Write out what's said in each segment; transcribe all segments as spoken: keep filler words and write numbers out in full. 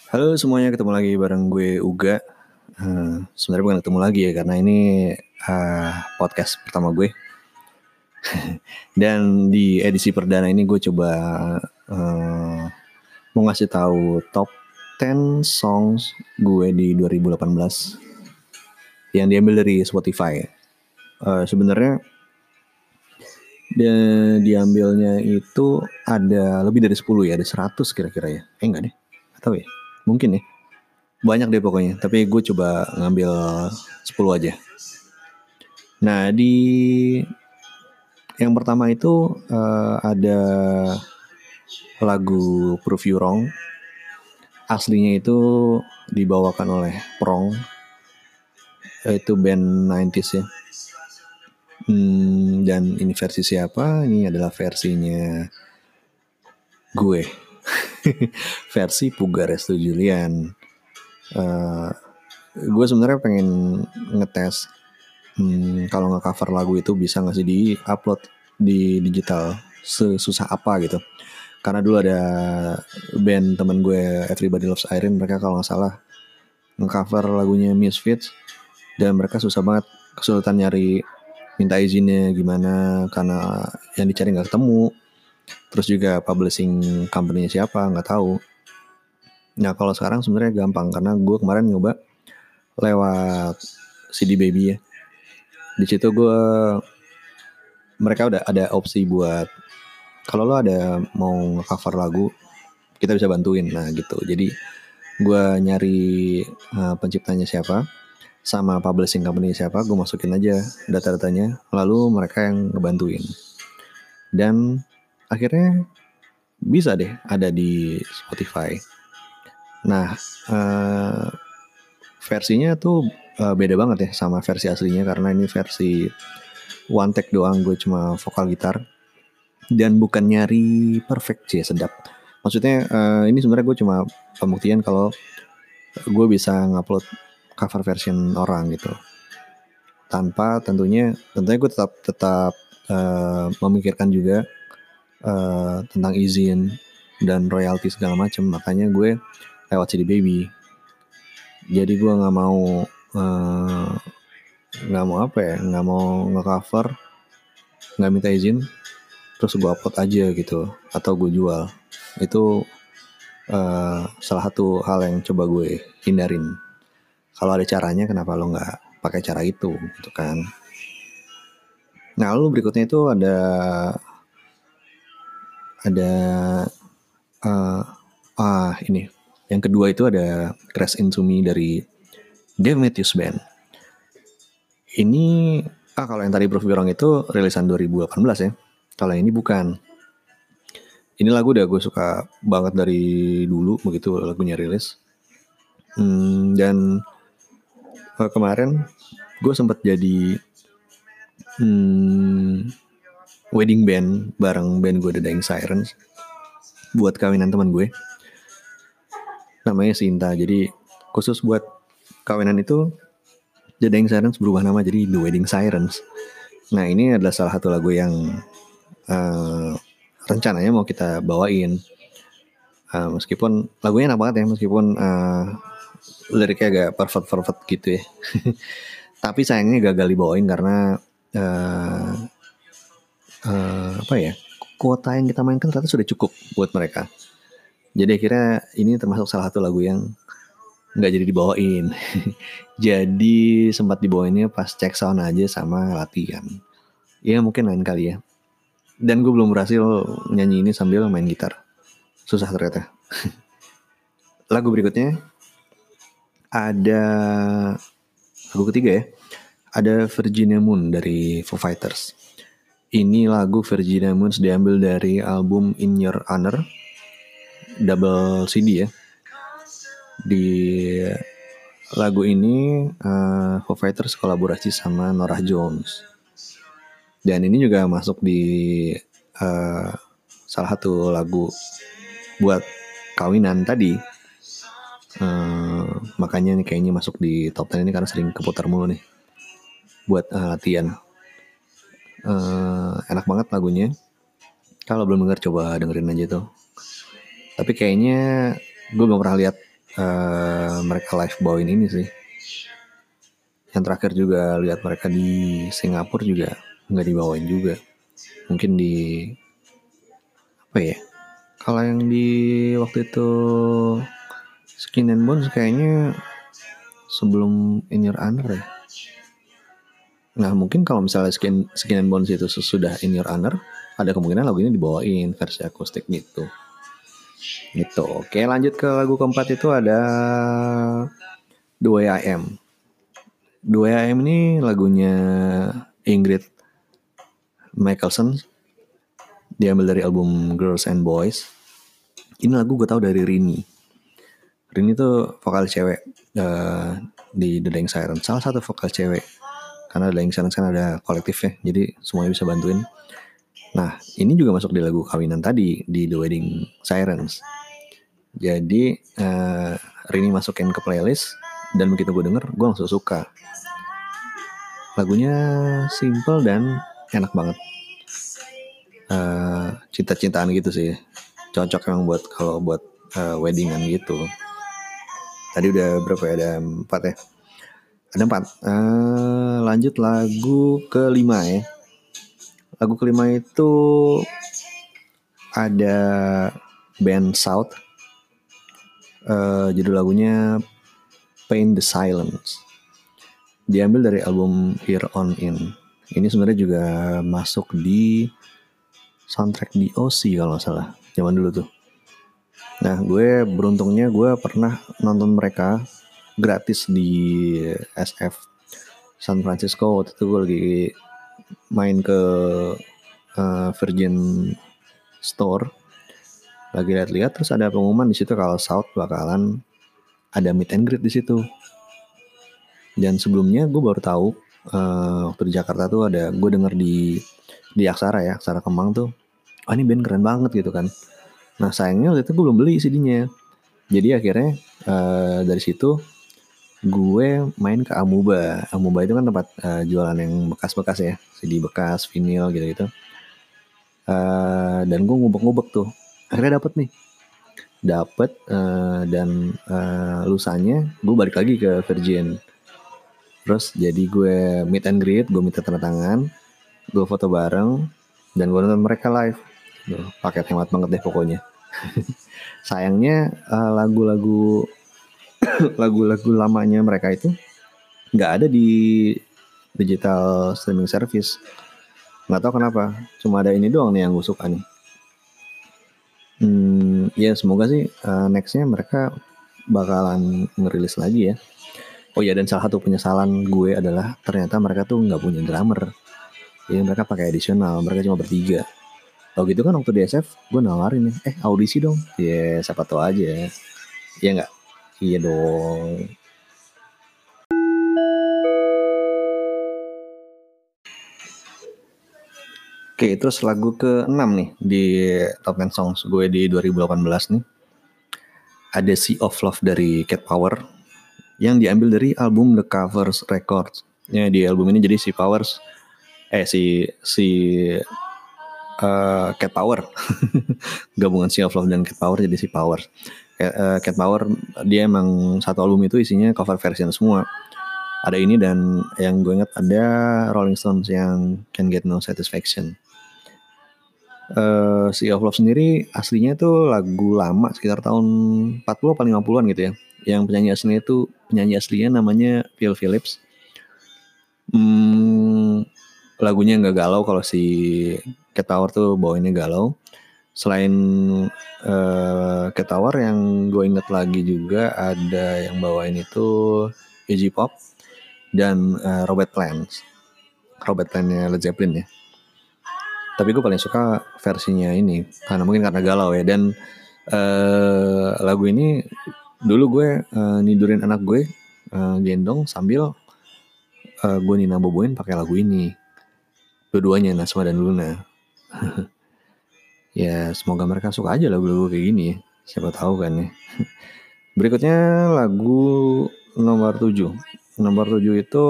Halo semuanya, ketemu lagi bareng gue Uga. Eh, Sebenarnya bukan ketemu lagi ya, karena ini eh, podcast pertama gue. Dan di edisi perdana ini gue coba eh, mau ngasih tahu top sepuluh songs gue di dua ribu delapan belas yang diambil dari Spotify. Eh, Sebenarnya dia diambilnya itu ada lebih dari sepuluh ya, ada seratus kira-kira ya. Eh enggak deh, nggak tahu ya. Mungkin ya. Banyak deh pokoknya, tapi gue coba ngambil sepuluh aja. Nah, di yang pertama itu uh, ada lagu Prove You Wrong. Aslinya itu dibawakan oleh Prong, itu band nineties ya. Hmm, dan ini versi siapa? Ini adalah versinya gue. Versi Puga Restu Julian. Uh, gue sebenarnya pengen ngetes hmm, kalau nge-cover lagu itu bisa nggak sih di-upload di digital sesusah apa gitu. Karena dulu ada band temen gue Everybody Loves Irene, mereka kalau nggak salah nge-cover lagunya Misfits dan mereka susah banget, kesulitan nyari minta izinnya gimana karena yang dicari nggak ketemu. Terus juga publishing company-nya siapa nggak tahu. Nah kalau sekarang sebenarnya gampang karena gue kemarin nyoba lewat C D Baby ya. Di situ gue mereka udah ada opsi buat kalau lo ada mau cover lagu kita bisa bantuin, nah gitu. Jadi gue nyari uh, penciptanya siapa sama publishing company siapa, gue masukin aja data-datanya, lalu mereka yang ngebantuin dan akhirnya bisa deh ada di Spotify. Nah uh, versinya tuh uh, beda banget ya sama versi aslinya karena ini versi one take doang, gue cuma vokal gitar dan bukan nyari perfect sih, sedap. Maksudnya uh, ini sebenarnya gue cuma pembuktian kalau gue bisa ngupload cover version orang gitu. Tanpa tentunya, tentunya gue tetap tetap uh, memikirkan juga uh, tentang izin dan royalti segala macam. Makanya gue lewat C D Baby. Jadi gue nggak mau nggak uh, mau apa ya, nggak mau ngecover, nggak minta izin, terus gue upload aja gitu, atau gue jual. Itu uh, salah satu hal yang coba gue hindarin. Kalau ada caranya, kenapa lo nggak pakai cara itu, gitu kan? Nah, lalu berikutnya itu ada ada uh, ah ini yang kedua itu ada Crash Into Me dari Dave Matthews Band. Ini ah kalau yang tadi Proof You Wrong itu rilisan dua ribu delapan belas ya. Kalau yang ini bukan. Ini lagu udah gue suka banget dari dulu begitu lagunya rilis. Hmm, dan uh, kemarin gue sempat jadi hmm, wedding band bareng band gue The Dying Sirens buat kawinan teman gue. Namanya Sinta. Jadi khusus buat kawinan itu The Dying Sirens berubah nama jadi The Wedding Sirens. Nah ini adalah salah satu lagu yang uh, rencananya mau kita bawain. Uh, meskipun lagunya enak banget ya, meskipun uh, liriknya agak pervert-pervert gitu ya. Tapi sayangnya gagal dibawain karena uh, uh, apa ya, kuota yang kita mainkan ternyata sudah cukup buat mereka. Jadi akhirnya ini termasuk salah satu lagu yang nggak jadi dibawain. Jadi sempat dibawainnya pas cek sound aja sama latihan. Ya mungkin lain kali ya. Dan gue belum berhasil nyanyi ini sambil main gitar. Susah ternyata. Lagu berikutnya ada lagu ketiga ya. Ada Virginia Moon dari Foo Fighters. Ini lagu Virginia Moon diambil dari album In Your Honor, double C D ya. Di lagu ini uh, Foo Fighters kolaborasi sama Norah Jones. Dan ini juga masuk di uh, salah satu lagu buat kawinan tadi. Uh, makanya nih kayaknya masuk di top sepuluh ini karena sering keputar mulu nih buat uh, latihan. Uh, enak banget lagunya. Kalau belum denger coba dengerin aja tuh. Tapi kayaknya gue belum pernah lihat uh, mereka live bawain ini sih. Yang terakhir juga lihat mereka di Singapura juga nggak dibawain juga. Mungkin di apa ya? Kalau yang di waktu itu Skin and Bones kayaknya sebelum In Your Honor ya. Nah mungkin kalau misalnya Skin, Skin and Bones itu sesudah In Your Honor, ada kemungkinan lagu ini dibawain versi akustik gitu. Gitu. Oke, lanjut ke lagu keempat itu ada The Way I Am. The Way I Am ini lagunya Ingrid Michaelson. Diambil dari album Girls and Boys. Ini lagu gue tahu dari Rini. Rini tuh vokal cewek uh, di The Dying Sirens. Salah satu vokal cewek. Karena The Dying Sirens kan ada kolektifnya. Jadi semuanya bisa bantuin. Nah ini juga masuk di lagu kawinan tadi. Di The Wedding Sirens. Jadi uh, Rini masukin ke playlist. Dan begitu gue denger gue langsung suka. Lagunya simple dan enak banget. Uh, cinta-cintaan gitu sih. Cocok emang buat kalau buat uh, weddingan gitu. Tadi udah berapa ya? Ada empat ya. Ada empat. Uh, lanjut lagu kelima ya. Lagu kelima itu ada band South. Uh, judul lagunya Paint the Silence. Diambil dari album Here On In. Ini sebenarnya juga masuk di soundtrack di O C kalau nggak salah. Zaman dulu tuh. Nah gue beruntungnya gue pernah nonton mereka gratis di S F San Francisco. Waktu itu gue lagi main ke uh, Virgin Store, lagi lihat-lihat terus ada pengumuman di situ kalau South bakalan ada meet and greet di situ. Dan sebelumnya gue baru tahu uh, waktu di Jakarta tuh ada, gue denger di di Aksara ya, Aksara Kemang tuh, oh ini band keren banget gitu kan. Nah sayangnya waktu itu gue belum beli C D-nya. Jadi akhirnya uh, dari situ gue main ke Amuba. Amuba itu kan tempat uh, jualan yang bekas-bekas ya, C D bekas, vinyl gitu-gitu. Uh, dan gue ngubek-ngubek tuh. Akhirnya dapet nih. Dapet uh, dan uh, lusanya gue balik lagi ke Virgin. Terus jadi gue meet and greet, gue minta tanda tangan, gue foto bareng, dan gue nonton mereka live. Duh, paket hemat banget deh pokoknya. Sayangnya uh, lagu-lagu lagu-lagu lamanya mereka itu nggak ada di digital streaming service. Nggak tahu kenapa, cuma ada ini doang nih yang gue suka nih. Hmm, ya semoga sih uh, nextnya mereka bakalan ngerilis lagi ya. Oh ya, dan salah satu penyesalan gue adalah ternyata mereka tuh nggak punya drummer. Jadi mereka pakai additional, mereka cuma bertiga. Oh gitu kan waktu di S F gue nawarin nih, eh audisi dong. Ya yeah, siapa tahu aja. Iya nggak? Iya dong. Oke, terus lagu keenam nih di Top ten Songs gue di dua ribu delapan belas nih. Ada Sea of Love dari Cat Power yang diambil dari album The Covers Records. Ya di album ini jadi si Powers eh si si uh, Cat Power gabungan Sea of Love dan Cat Power jadi si Powers. Uh, Cat Power dia emang satu album itu isinya cover version semua. Ada ini dan yang gue ingat ada Rolling Stones yang Can't Get No Satisfaction. Uh, Sea of Love sendiri aslinya tuh lagu lama sekitar tahun empat puluh atau lima puluhan gitu ya. Yang penyanyi aslinya itu penyanyi aslinya namanya Phil Phillips. Hmm, lagunya nggak galau kalau si Cat Power tuh bawainnya galau. Selain uh, Cat Power yang gue inget lagi juga ada yang bawain itu Iggy Pop dan uh, Robert Plant. Robert Plant-nya Led Zeppelin ya. Tapi gue paling suka versinya ini karena mungkin karena galau ya. Dan uh, lagu ini dulu gue uh, nidurin anak gue uh, gendong sambil uh, gue nina boboin pakai lagu ini. Dua-duanya Nasma dan Luna. Ya semoga mereka suka aja lagu-lagu kayak gini ya. Siapa tahu kan ya. Berikutnya lagu nomor tujuh. Nomor tujuh itu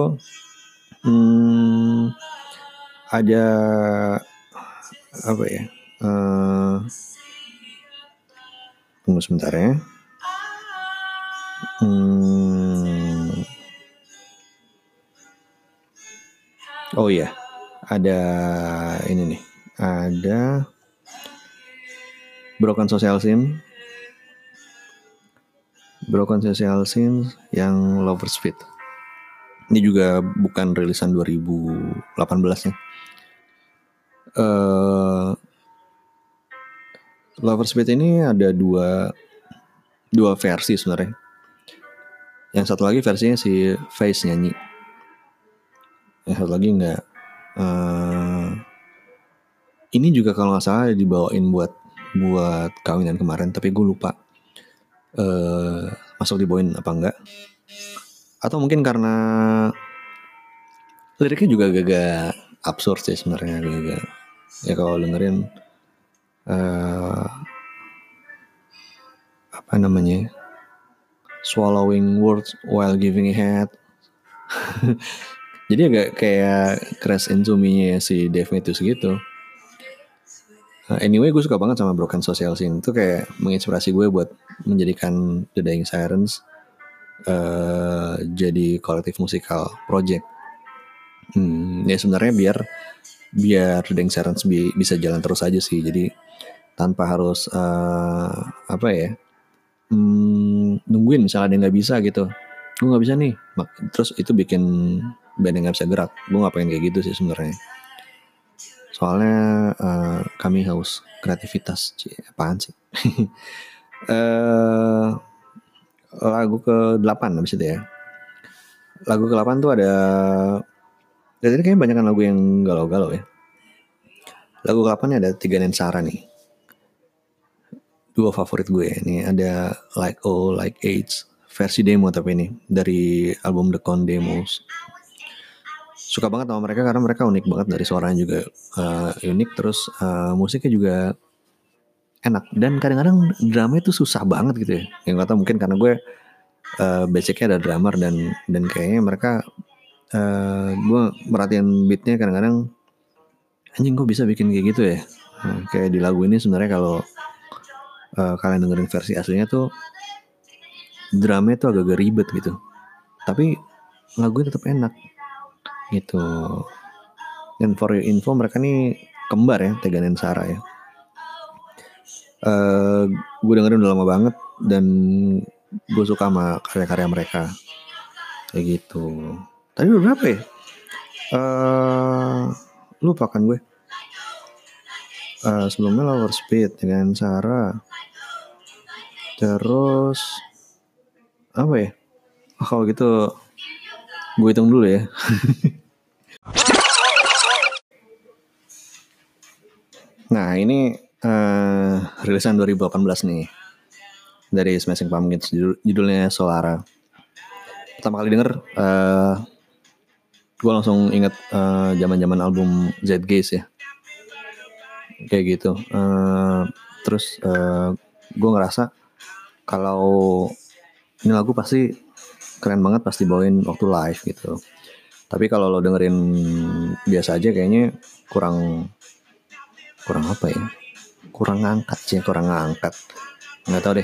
hmm, ada apa ya? Uh, tunggu sebentar ya. Hmm. Oh iya, ada ini nih, ada Broken Social Scene, Broken Social Scene yang Lovers Fit. Ini juga bukan rilisan dua ribu delapan belas ya. Uh, Lovers Fit ini ada dua dua versi sebenarnya. Yang satu lagi versinya si Face nyanyi. Yang satu lagi enggak. Uh, ini juga kalau nggak salah dibawain buat buat kawinan kemarin, tapi gue lupa uh, masuk dibawain apa enggak. Atau mungkin karena liriknya juga agak absurd sih sebenarnya, agak ya kalau dengerin uh, apa namanya, swallowing words while giving a head. Jadi agak kayak Crash Into Me-nya si Dave Matthews gitu. Uh, anyway, gue suka banget sama Broken Social Scene. Itu kayak menginspirasi gue buat menjadikan The Dying Sirens uh, jadi kolektif musikal project. Hmm, ya sebenarnya biar biar The Dying Sirens bi- bisa jalan terus aja sih. Jadi tanpa harus uh, apa ya, hmm, nungguin misalnya dia nggak bisa gitu, gue nggak bisa nih, terus itu bikin band yang nggak bisa gerak. Gue nggak pengen kayak gitu sih sebenarnya. Soalnya uh, kami haus kreativitas. Cie, apaan sih? uh, lagu ke delapan habis itu ya. Lagu ke delapan tuh ada, jadi kayaknya banyak lagu yang galau-galau ya. Lagu ke delapan ada Tiga Nensara nih. Dua favorit gue ini ada Like Oh Like AIDS versi demo, tapi ini dari album The Con Demos. Suka banget sama mereka karena mereka unik banget, dari suaranya juga uh, unik, terus uh, musiknya juga enak, dan kadang-kadang drama itu susah banget gitu ya. Yang gak tau mungkin karena gue uh, basicnya ada drummer, dan dan kayaknya mereka uh, gue merhatiin beatnya kadang-kadang, anjing kok bisa bikin kayak gitu ya. Nah, kayak di lagu ini sebenarnya kalau uh, kalian dengerin versi aslinya tuh drumnya tuh agak-agak ribet gitu, tapi lagunya tetap enak gitu. Dan for your info, mereka nih kembar ya, Tiga Nensara ya. Uh, gue dengerin udah lama banget dan gue suka sama karya-karya mereka kayak gitu. Tadi udah berapa ya? Uh, lupa kan gue. Uh, sebelumnya Lower Speed dengan Sarah. Terus apa ya? Oh, kalau gitu gue hitung dulu ya. Nah ini uh, rilisan dua ribu delapan belas nih dari Smashing Pumpkins, judul, judulnya Solara. Pertama kali denger uh, gue langsung inget uh, zaman-zaman album Z-Gaze ya, kayak gitu. Uh, terus uh, gue ngerasa kalau ini lagu pasti keren banget pas dibawain waktu live gitu. Tapi kalau lo dengerin biasa aja kayaknya kurang kurang apa ya? Kurang ngangkat sih, kurang ngangkat. Nggak tahu deh.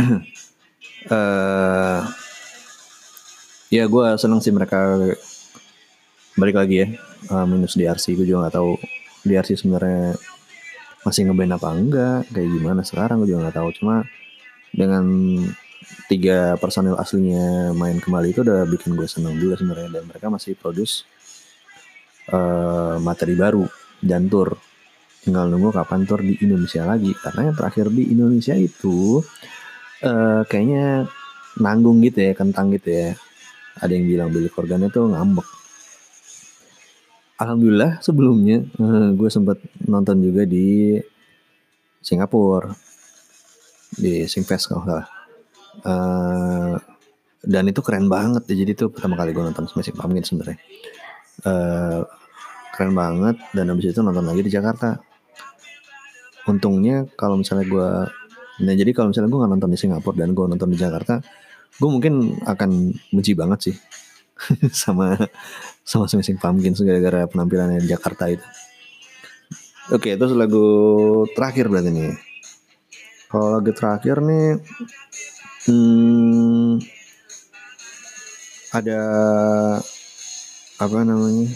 uh, ya gue seneng sih mereka balik lagi ya. Uh, minus D R C, gue juga nggak tahu D R C sebenarnya masih ngeband apa enggak, kayak gimana sekarang gue juga nggak tahu. Cuma dengan tiga personil aslinya main kembali itu udah bikin gue seneng juga sebenarnya. Dan mereka masih produce uh, materi baru dan tour. Tinggal nunggu kapan tour di Indonesia lagi, karena yang terakhir di Indonesia itu uh, kayaknya nanggung gitu ya, kentang gitu ya. Ada yang bilang Billy Corgan itu ngambek. Alhamdulillah sebelumnya uh, gue sempat nonton juga di Singapura di Singfest kalau salah. Uh, dan itu keren banget. Jadi itu pertama kali gue nonton Smashing Pumpkins sebenarnya. Uh, keren banget. Dan habis itu nonton lagi di Jakarta. Untungnya kalau misalnya gue, nah jadi kalau misalnya gue nggak nonton di Singapura dan gue nonton di Jakarta, gue mungkin akan benci banget sih sama sama Smashing Pumpkins gara-gara penampilannya di Jakarta itu. Oke, terus lagu terakhir berarti nih. Kalau lagu terakhir nih, hmm, Ada apa namanya?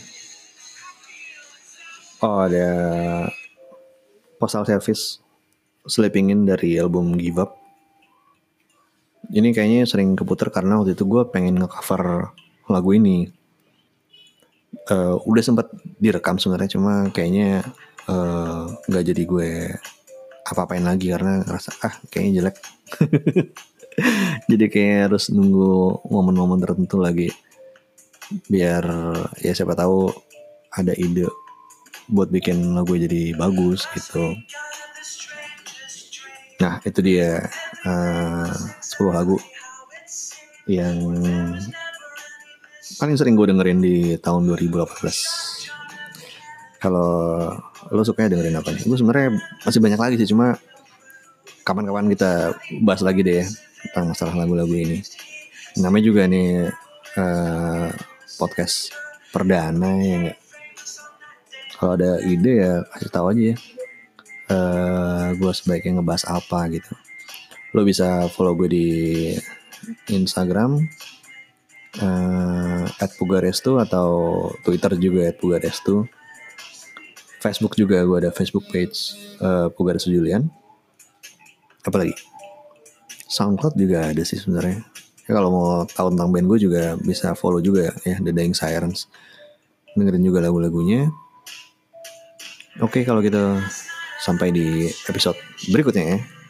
Oh, ada Postal Service Sleeping In dari album Give Up. Ini kayaknya sering keputar karena waktu itu gue pengen nge-cover lagu ini. Uh, udah sempat direkam sebenarnya, cuma kayaknya nggak uh, jadi gue apa-apain lagi karena ngerasa ah kayaknya jelek. Jadi kayak harus nunggu momen-momen tertentu lagi biar ya siapa tahu ada ide buat bikin lagu jadi bagus gitu. Nah itu dia uh, sepuluh lagu yang paling sering gue dengerin di tahun dua ribu delapan belas. Kalau lo sukanya dengerin apa nih? Gue sebenarnya masih banyak lagi sih, cuma kapan-kapan kita bahas lagi deh tentang masalah lagu-lagu ini. Namanya juga nih uh, podcast perdana ya nggak. Kalau ada ide ya kasih tahu aja ya. Uh, gue sebaiknya ngebahas apa gitu. Lo bisa follow gue di Instagram uh, at pugarestu atau Twitter juga at pugarestu. Facebook juga gue ada Facebook page uh, Pugarestu Julian. Apa lagi? SoundCloud juga ada sih sebenarnya. Ya, kalau mau tahu tentang band gue juga bisa follow juga ya The Dying Sirens. Dengerin juga lagu-lagunya. Oke kalau gitu sampai di episode berikutnya ya.